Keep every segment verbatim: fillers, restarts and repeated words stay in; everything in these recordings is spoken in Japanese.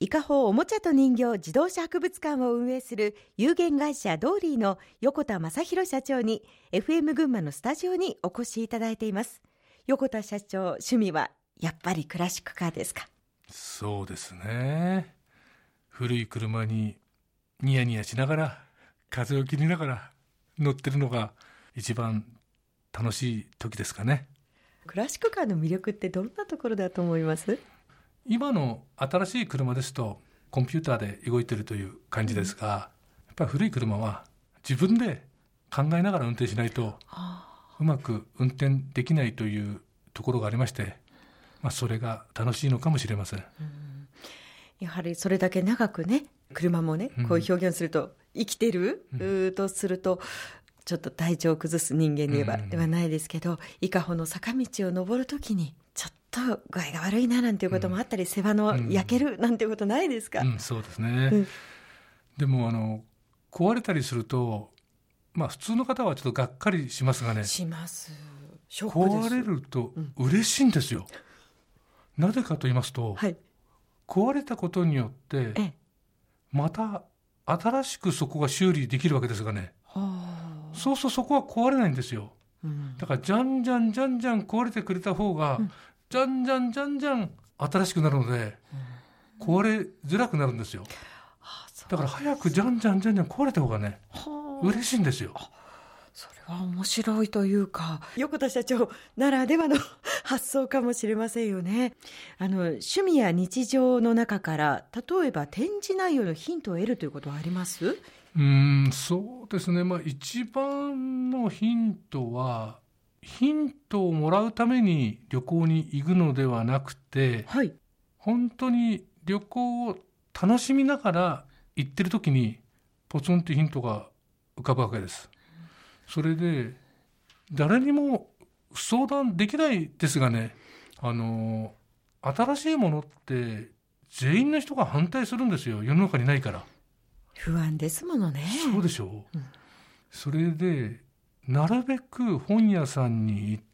伊香保おもちゃと人形自動車博物館を運営する有限会社ドーリーの横田正弘社長に エフエム 群馬のスタジオにお越しいただいています。横田社長、趣味はやっぱりクラシックカーですか？ そうですね。古い車にニヤニヤしながら風を切りながら乗ってるのが一番楽しい時ですかね。 クラシックカーの魅力ってどんなところだと思います？ 今の新しい車ですとコンピューターで動いているという感じですが、うん、やっぱり古い車は自分で考えながら運転しないとうまく運転できないというところがありまして、まあ、それが楽しいのかもしれません。うん、 やはりそれだけ長くね、車もね、こういう表現すると、生きてる、うん、とするとちょっと体調を崩す人間で言えばではないですけど、伊香保の坂道を登るときにちょっと具合が悪いななんていうこともあったり、うん、世話の焼けるなんていうことないですか？ うんうん、そうですね。うん、でもあの壊れたりすると、まあ、普通の方はちょっとがっかりしますがね、 します。ショックです。 壊れると嬉しいんですよ。うん、なぜかと言いますと、はい、壊れたことによってまた新しくそこが修理できるわけですがね、そうそう、そこは壊れないんですよ。うん、だからじゃんじゃんじゃんじゃん壊れてくれた方が、うん、じゃんじゃんじゃんじゃん新しくなるので、うん、壊れづらくなるんですよ。だから早くじゃんじゃんじゃんじゃん壊れた方がね、嬉しいんですよ。 それは面白いというか、横田社長ならではの発想かもしれませんよね。あの趣味や日常の中から例えば展示内容のヒントを得るということはあります？ うーん、そうですね。まあ、一番のヒントは、ヒントをもらうために旅行に行くのではなくて、はい、本当に旅行を楽しみながら行ってる時にポツンとヒントが浮かぶわけです。それで誰にも相談できないですがね、あの新しいものって全員の人が反対するんですよ。世の中にないから不安ですものね。 そうでしょう、うん、それでなるべく本屋さんに行って、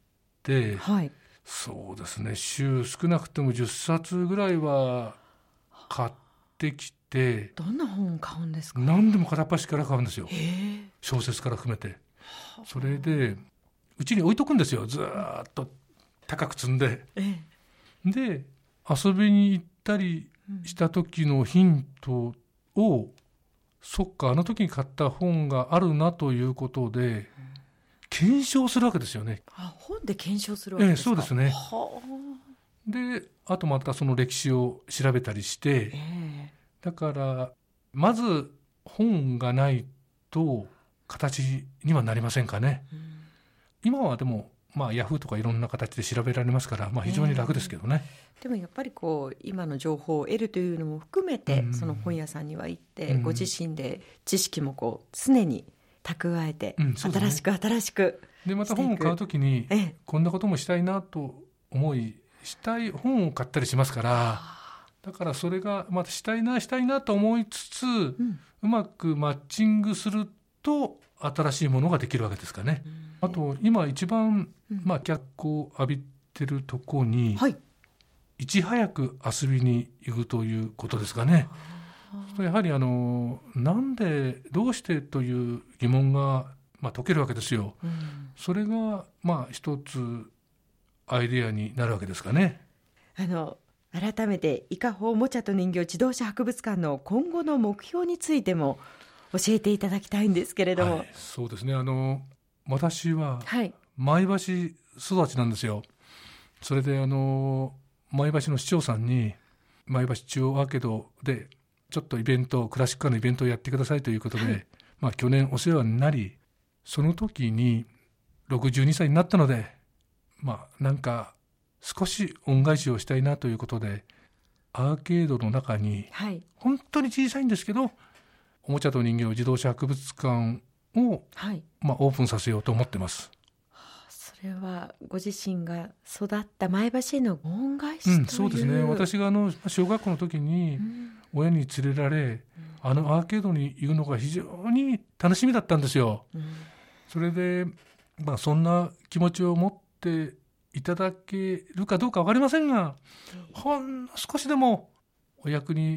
はい、そうですね、週少なくともじゅっさつぐらいは買ってきて。 どんな本を買うんですか？ 何でも片っ端から買うんですよ。小説から含めて。それでうちに置いとくんですよ。ずーっと高く積んで、で遊びに行ったりした時のヒントを、そっかあの時に買った本があるなということで検証するわけですよね。 あ、本で検証するわけですか？ ええ、そうですね。であとまたその歴史を調べたりして、えー、だからまず本がないと形にはなりませんかね。うん、今はでもまあヤフーとかいろんな形で調べられますから、まあ、非常に楽ですけどね。 えー、でもやっぱりこう今の情報を得るというのも含めて、うん、その本屋さんには行って、うん、ご自身で知識もこう常に蓄えて、うんね、新しく新しくでまた本を買うときに、えー、こんなこともしたいなと思いしたい本を買ったりしますから、だからそれがまたしたいなしたいなと思いつつ、うん、うまくマッチングすると新しいものができるわけですかね。あと今一番、まあ、脚光を浴びてるとこに、はい、いち早く遊びに行くということですかね。やはりあのなんでどうしてという疑問が、まあ、解けるわけですよ。うん、それがまあ一つアイデアになるわけですかね。 あの改めて伊香保おもちゃと人形自動車博物館の今後の目標についても教えていただきたいんですけれども。はい、 そうですね、あの私は前橋育ちなんですよ。それであの前橋の市長さんに前橋中央アーケードでちょっとイベントクラシックカーのイベントをやってくださいということで、はい、まあ、去年お世話になり、その時にろくじゅうにさいになったので、まあ、なんか少し恩返しをしたいなということでアーケードの中に、はい、本当に小さいんですけどおもちゃと人形自動車博物館を、はい、まあ、オープンさせようと思ってます。 それはご自身が育った前橋への恩返しという、うん、 そうですね。私があの小学校の時に親に連れられ、うん、あのアーケードに行くのが非常に楽しみだったんですよ。うん、それで、まあ、そんな気持ちを持っていただけるかどうか分かりませんが、ほんの少しでもお役に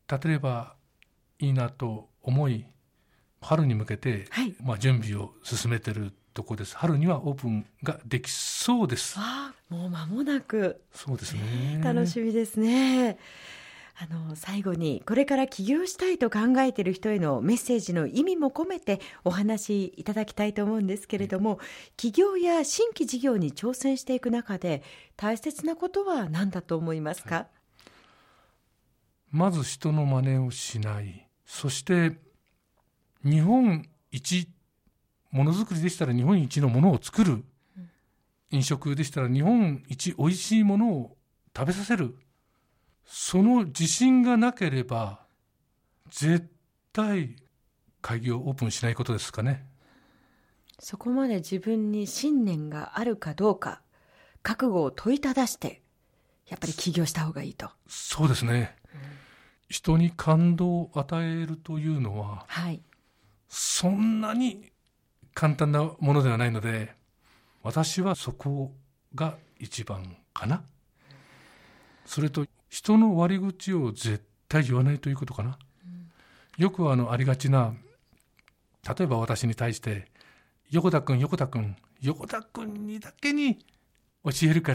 立てればいいなと思い、春に向けて、はい、まあ、準備を進めているところです。春にはオープンができそうです。 ああ、もう間もなく。 そうですね。 楽しみですね。あの最後に、これから起業したいと考えている人へのメッセージの意味も込めてお話しいただきたいと思うんですけれども、起業や新規事業に挑戦していく中で大切なことは何だと思いますか？はい、 まず人の真似をしない。そして日本一、ものづくりでしたら日本一のものを作る、うん、飲食でしたら日本一おいしいものを食べさせる。その自信がなければ絶対開業オープンしないことですかね。 そこまで自分に信念があるかどうか、覚悟を問いただしてやっぱり起業した方がいいと。 そうですね、うん、人に感動を与えるというのは、はい、そんなに簡単なものではないので、私はそこが一番かな。それと人の悪口を絶対言わないということかな。うん、よくあのありがちな、例えば私に対して横田くん横田くん横田くんにだけに教えるから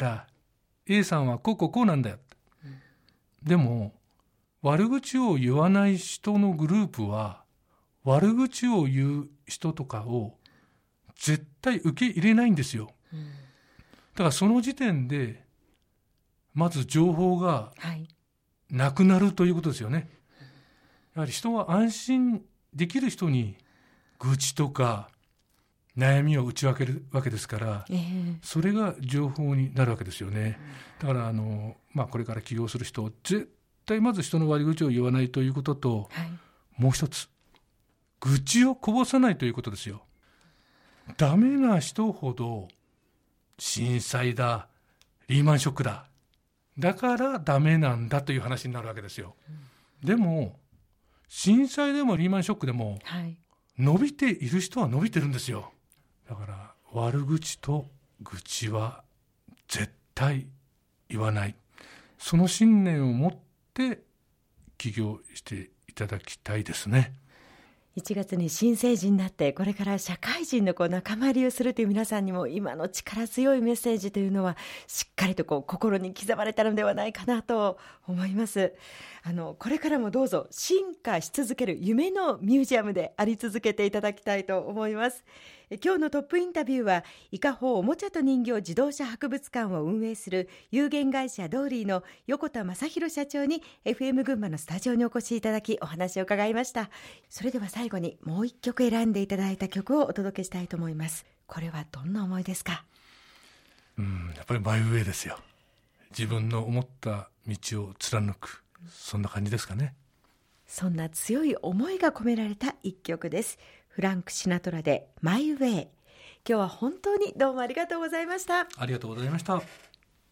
A さんはこうこうこうなんだよ、うん、でも悪口を言わない人のグループは悪口を言う人とかを絶対受け入れないんですよ。うん、だからその時点でまず情報がなくなるということですよね。やはり人は安心できる人に愚痴とか悩みを打ち分けるわけですから、えー、それが情報になるわけですよね。だからあの、まあ、これから起業する人、絶対まず人の悪口を言わないということと、はい、もう一つ、愚痴をこぼさないということですよ。ダメな人ほど震災だ、リーマンショックだ、だからダメなんだという話になるわけですよ。うん、でも震災でもリーマンショックでも、はい、伸びている人は伸びてるんですよ。だから悪口と愚痴は絶対言わない、その信念を持って起業していただきたいですね。 いちがつに新成人になってこれから社会人のこう仲間入りをするという皆さんにも、今の力強いメッセージというのはしっかりとこう心に刻まれたのではないかなと思います。あのこれからもどうぞ進化し続ける夢のミュージアムであり続けていただきたいと思います。今日のトップインタビューは伊香保おもちゃと人形自動車博物館を運営する有限会社ドーリーの横田正弘社長に エフエム 群馬のスタジオにお越しいただきお話を伺いました。それでは最後にもう一曲選んでいただいた曲をお届けしたいと思います。これはどんな思いですか？ うん、やっぱりマイウェイですよ。自分の思った道を貫く、そんな感じですかね。 そんな強い思いが込められた一曲です。フランク・シナトラでマイ・ウェイ。今日は本当にどうもありがとうございました。 ありがとうございました。